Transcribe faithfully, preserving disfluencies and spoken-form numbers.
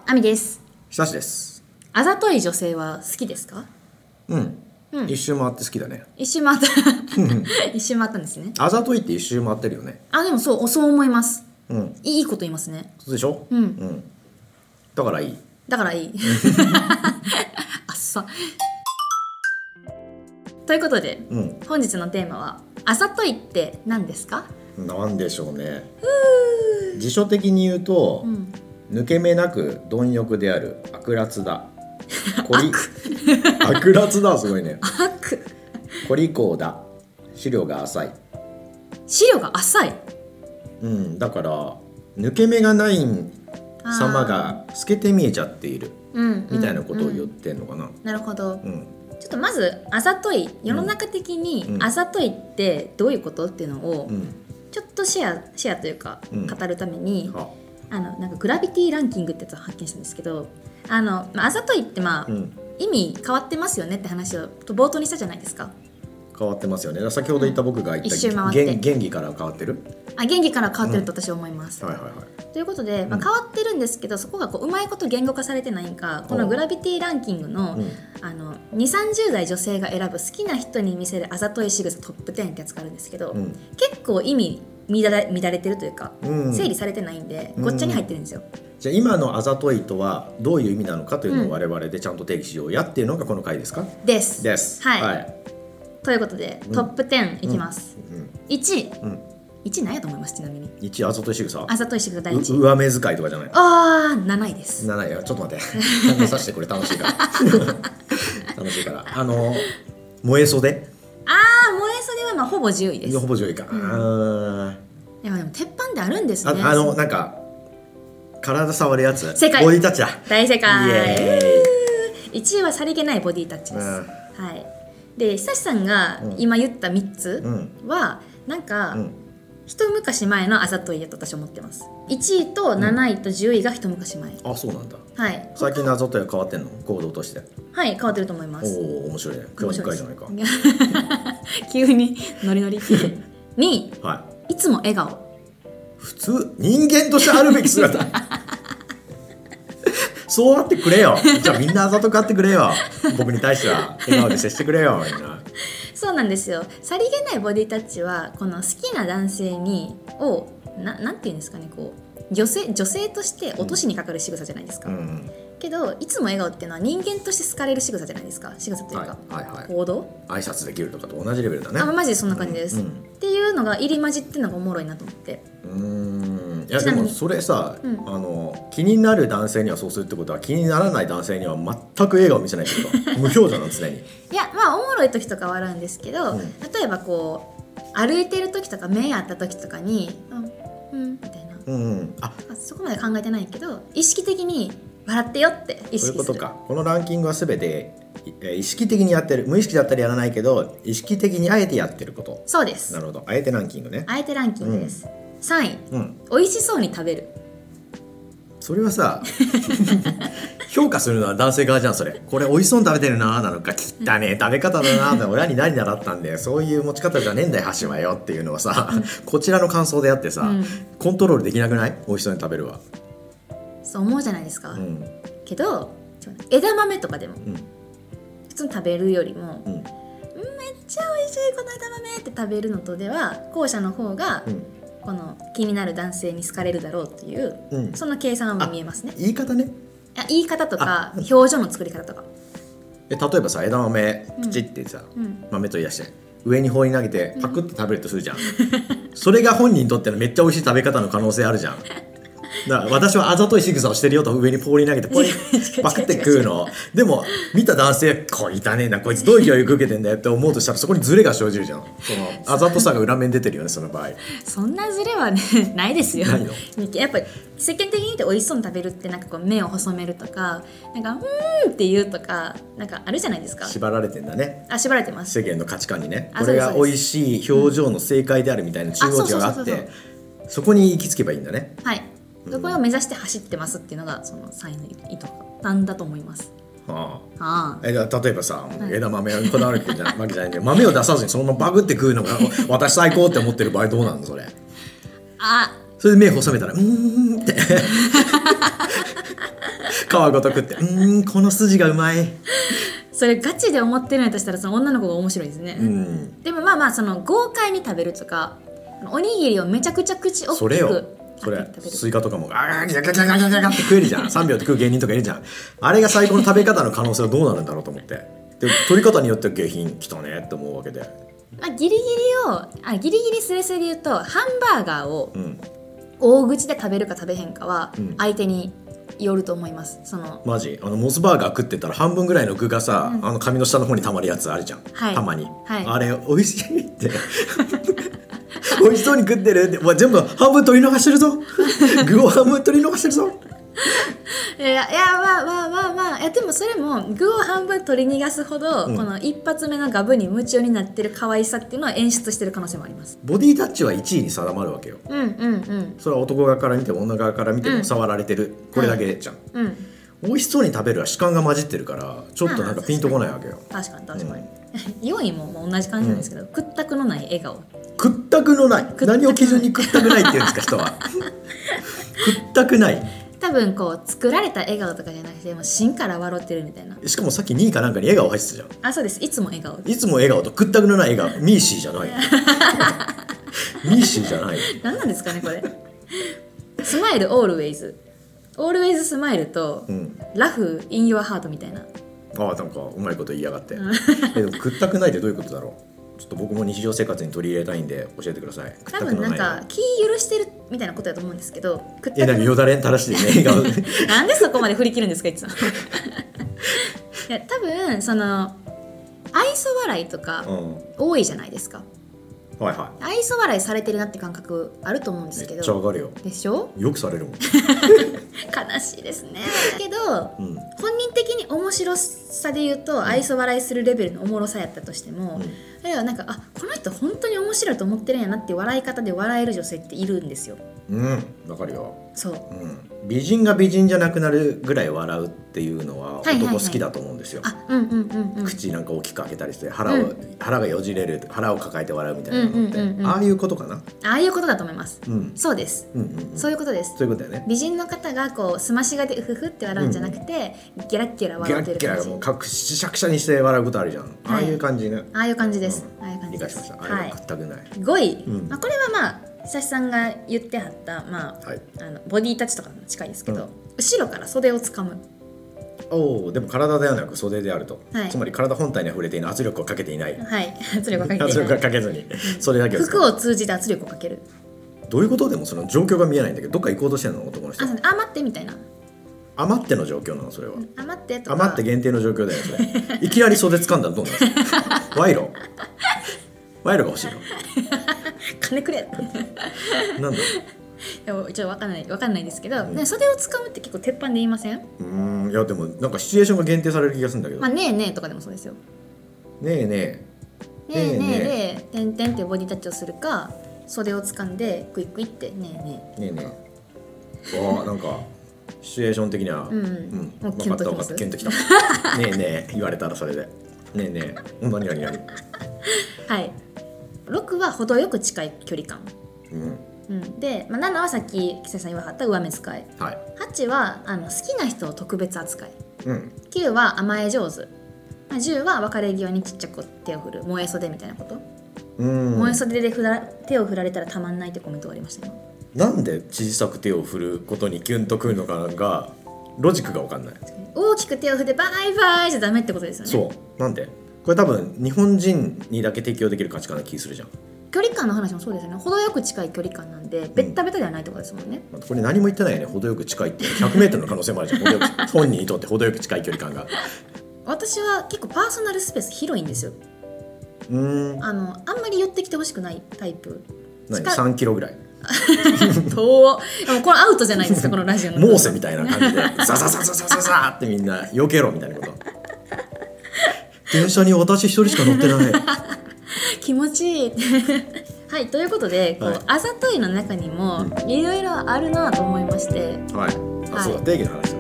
あみです。 久しです。 あざとい女性は好きですか？ うん、うん、一周回って好きだね。 一周回った一周回ったんですね。 あざといって一周回ってるよね。 あ、でもそうそう思います、 うん、 いいこと言いますね。 そうでしょ、 うん、うん、 だからいいだからいいあっさということで、うん、本日のテーマはあざといって何ですか？ なんでしょうね。辞書的に言うと、うん、抜け目なく貪欲である悪辣だ。こり悪辣だ、すごいね。 悪こりこうだ。資料が浅い。 資料が浅い。 うん、だから抜け目がない様が透けて見えちゃっているみたいなことを言ってんのかな。 うんうんうん、なるほど。 うん、 ちょっとまずあざとい、世の中的にあざといってどういうことっていうのをちょっとシェアシェアというか語るために、うん、あのなんかグラビティランキングってやつを発見したんですけど、あの、まあ、あざといってまあ、うん、意味変わってますよねって話を冒頭にしたじゃないですか。 変わってますよね。先ほど言った僕が言った、うん、 一周回って原義から変わってる。 あ、原義から変わってると私は思います、 うん、はいはいはい。 ということで、まあ、変わってるんですけど、そこがこううまいこと言語化されてないんか、このグラビティランキングの、うん、あのにじゅう、さんじゅう代女性が選ぶ好きな人に見せるあざとい仕草トップじゅうってやつがあるんですけど、うん、結構意味乱れ、乱れてるというか、うん、整理されてないんでごっちゃに入ってるんですよ、うん、 じゃあ今のあざといとはどういう意味なのかというのを我々でちゃんと定義しようやっていうのがこの回ですか？ ですです、 はい、はい、ということでトップじゅういきます、うんうん、いちい、うん、いちい何やと思います？ちなみにいちいあざとい仕草。 あざとい仕草だいいち。 上目遣いとかじゃない？ あー、なないです。 なないよ。ちょっと待って考えさせてくれ。楽しいから楽しいからあの燃え袖。 あー、燃え袖はまあほぼじゅういです。 ほぼじゅういか、うん、あでもでも鉄板であるんですね。 あ, あのなんか体触るやつ。 正解。 ボディタッチだ。 大正解。 イエーイ。いちいはさりげないボディタッチです、うん、はい。で久志さんが今言ったみっつは、うん、なんか、うん、一昔前のあざといやと私は思ってます。いちいとなないとじゅういが一昔前、 うん、あ、そうなんだ。 はい。 最近のあざといは変わってんの？行動として。 はい、変わってると思います。 おお、面白いね。興味深いじゃないか急にノリノリに、はい、いつも笑顔。 普通人間としてあるべき姿そうあってくれよ。じゃあみんなあざとくあってくれよ。僕に対しては笑顔で接してくれよみんな。 そうなんですよ。さりげないボディタッチはこの好きな男性にを な, なんていうんですかね、こう 女性, 女性として落としにかかる仕草じゃないですか、うんうん、けどいつも笑顔っていうのは人間として好かれる仕草じゃないですか。仕草というか、はいはいはい、行動、 挨拶できるとかと同じレベルだね。 あ、マジでそんな感じです、うんうん、っていうのが入り混じってるのがおもろいなと思って。 うーん、いやでもそれさ、うん、あの気になる男性にはそうするってことは気にならない男性には全く笑顔見せないってこと無表情なん常に。 いや、まあおもろい時とかはあるんですけど、うん、例えばこう歩いてる時とか目合った時とかにうん、うん、みたいな、うんうん、あ、そこまで考えてないけど意識的に笑ってよって意識する。 そういうことか。このランキングは全て意識的にやってる。無意識だったらやらないけど意識的にあえてやってること。 そうです。 なるほど。あえてランキングね。 あえてランキングです、うん、さんい、うん、美味しそうに食べる。 それはさ評価するのは男性側じゃん。それこれ美味しそうに食べてるなーなのか、汚ねえ食べ方だなーって親に何習ったんでそういう持ち方じゃねえんだよ箸はよっていうのはさ、うん、こちらの感想であってさ、うん、コントロールできなくない？美味しそうに食べるわ。 そう思うじゃないですか、うん、けど枝豆とかでも、うん、普通に食べるよりも、うん、めっちゃ美味しいこの枝豆って食べるのとでは後者の方が、うん、この気になる男性に好かれるだろうっていう、うん、そんな計算は見えますね。 言い方ね。 言い方とか表情の作り方とか。 え例えばさ、枝豆プチってさ、うん、豆取り出して上に放り投げてパクって食べるとするじゃん、うん、それが本人にとってのめっちゃ美味しい食べ方の可能性あるじゃん。だから私はあざとい仕草をしてるよと上にポーリ投げてポリパクって食うの。でも見た男性こいたねえなこいつどういう教育受けてんだよって思うとしたらそこにズレが生じるじゃん。そのあざとさが裏面出てるよねその場合。 そんなズレは、ね、ないですよ。 ないの？ やっぱり世間的に言って美味しそうに食べるってなんかこう目を細めるとかなんかうーんって言うとかなんかあるじゃないですか。 縛られてんだね。 あ、縛られてます。 世間の価値観にね。これが美味しい表情の正解であるみたいな中央値があってそこに行き着けばいいんだね。 はい。そこを目指して走ってますっていうのがそのサインの意図なんだと思います。 はあはあ、え例えばさ、はい、枝豆にこだわるわけじゃないんじゃないんで豆を出さずにそのままバグって食うのが私最高って思ってる場合どうなんだそれ。 あ、 それで目細めたらうーんって皮ごと食ってうーんこの筋がうまい。 それガチで思ってるんやとしたらその女の子が面白いですね、うん、でもまあまあその豪快に食べるとかおにぎりをめちゃくちゃ口大きくそれよそれスイカとかもあーギャギャギャギャギャギャギャって食えるじゃんさんびょうで食う芸人とかいるじゃん。あれが最高の食べ方の可能性はどうなるんだろうと思って、で取り方によっては下品きたねって思うわけで、 まあ、ギリギリをあギリギリスレスレで言うとハンバーガーを大口で食べるか食べへんかは相手によると思います。そのマジあのモスバーガー食ってたら半分ぐらいの具がさ、うん、あの紙の下の方にたまるやつあるじゃん、はい、たまに、はい、あれ美味しいって美味しそうに食ってるって、まあ、全部半分取り逃してるぞ具を半分取り逃してるぞいやいやまあまあまあまあいやでもそれも具を半分取り逃がすほど、うん、この一発目のガブに夢中になってる可愛さっていうのを演出してる可能性もあります。 ボディタッチはいちいに定まるわけよ、うんうんうん、それは男側から見ても女側から見ても触られてる、うん、これだけじゃん、はいうん、美味しそうに食べるは主観が混じってるからちょっとなんかピンとこないわけよ。 確かに確かに、うん、よいもも同じ感じなんですけど、うん、屈託のない笑顔。 屈託のない何を基準に屈託ないって言うんですか人は屈託ない多分こう作られた笑顔とかじゃなくてもう芯から笑ってるみたいな。 しかもさっきにいかなんかに笑顔入ってたじゃん。 あそうですいつも笑顔いつも笑顔と屈託のない笑顔ミーシーじゃないミーシーじゃない何なんですかねこれスマイルオールウェイズオールウェイズスマイルと、うん、ラフインヨアハートみたいな。 あなんかうまいこと言いやがってえでも屈託ないってどういうことだろう。ちょっと僕も日常生活に取り入れたいんで教えてください。 多分なんか気許してるみたいなことだと思うんですけどえなんかよだれ垂らしてねなんでそこまで振り切るんですかいつもいや多分その愛想笑いとか多いじゃないですか、うん、はいはい愛想笑いされてるなって感覚あると思うんですけどめっちゃわかるよ。 でしょよくされるもん悲しいですねけど、うん、本人的に面白さで言うと、うん、愛想笑いするレベルのおもろさやったとしても、うん、あれはなんかあこの人本当に面白いと思ってるんやなって笑い方で笑える女性っているんですよ。 うんわかるよ。 そう、 うん、美人が美人じゃなくなるぐらい笑うっていうのは男好きだと思うんですよ。口なんか大きく開けたりして腹を、うん、腹がよじれる腹を抱えて笑うみたいなのって、うんうんうんうん、ああいうことかな。 ああいうことだと思います、うん、そうです、うんうんうん、そういうことです。 そういうことだよね。 美人の方がこうすましがでうふふって笑うんじゃなくて、うん、ギラッギラ笑ってる感じ。ギラッギラもうかくしゃくしゃにして笑うことあるじゃん、はい、ああいう感じね。 ああいう感じです、 うん、 ああいう感じです。 理解しました。あれは屈託ない、はい、 ごい、うんまあ、これはまあ久志さんが言ってはった、まあはい、あのボディタッチとかも近いですけど、うん、後ろから袖をつかむ。 おでも体ではなく袖であると、はい、つまり体本体には触れていない圧力をかけていない、 はい、圧力をかけていない圧力をかけずに袖だけを服を通じて圧力をかける。 どういうこと？でもその状況が見えないんだけどどっか行こうとしてるの男の人。 あ余ってみたいな。 余っての状況なのそれは。 余ってとか余って限定の状況だよそれいきなり袖掴んだらどうなんですか賄賂賄賂が欲しいの金くれなんだでもちょっと分かんない分かんないですけど、うん、袖を掴むって結構鉄板で言いません？ うーんいやでもなんかシチュエーションが限定される気がするんだけど、 まあ、ねえねえとかでもそうですよ。 ねえねえねえねえでてんてんってボディタッチをするか袖を掴んでクイックイってねえねえねえねえわあなんかシチュエーション的にはうん、うん、分かった分かったキュンときたねえねえ言われたらそれでねえねえ何何何はいろくは程よく近い距離感、うんうん、で、まあ、ななはさっき木瀬さん言わはった上目遣い、はい、はちはあの好きな人を特別扱い、うん、きゅうは甘え上手、まあ、じゅうは別れ際にちっちゃく手を振る燃え袖みたいなこと。うん燃え袖で振ら手を振られたらたまんないってコメントがありましたよ。 なんで小さく手を振ることにキュンとくるのかがロジックが分かんない。 大きく手を振ってバイバイじゃダメってことですよね。 そうなんでこれ多分日本人にだけ適用できる価値観な気するじゃん。 距離感の話もそうですよね。程よく近い距離感なんでベッタベタではないってことですもんね、 うん、これ何も言ってないよね。程よく近いってひゃくメートルの可能性もあるじゃん程よく本人にとって程よく近い距離感が私は結構パーソナルスペース広いんですよ。うーん あのあんまり寄ってきてほしくないタイプ。 何さんキロぐらい遠これアウトじゃないですかこのラジオのモーセみたいな感じでザザザザザザザってみんな避けろみたいなこと電車に私一人しか乗ってない気持ちいいはいということでこう、はい、あざといの中にもいろいろあるなと思いまして、 はい、あ、はい、そうだ定義の話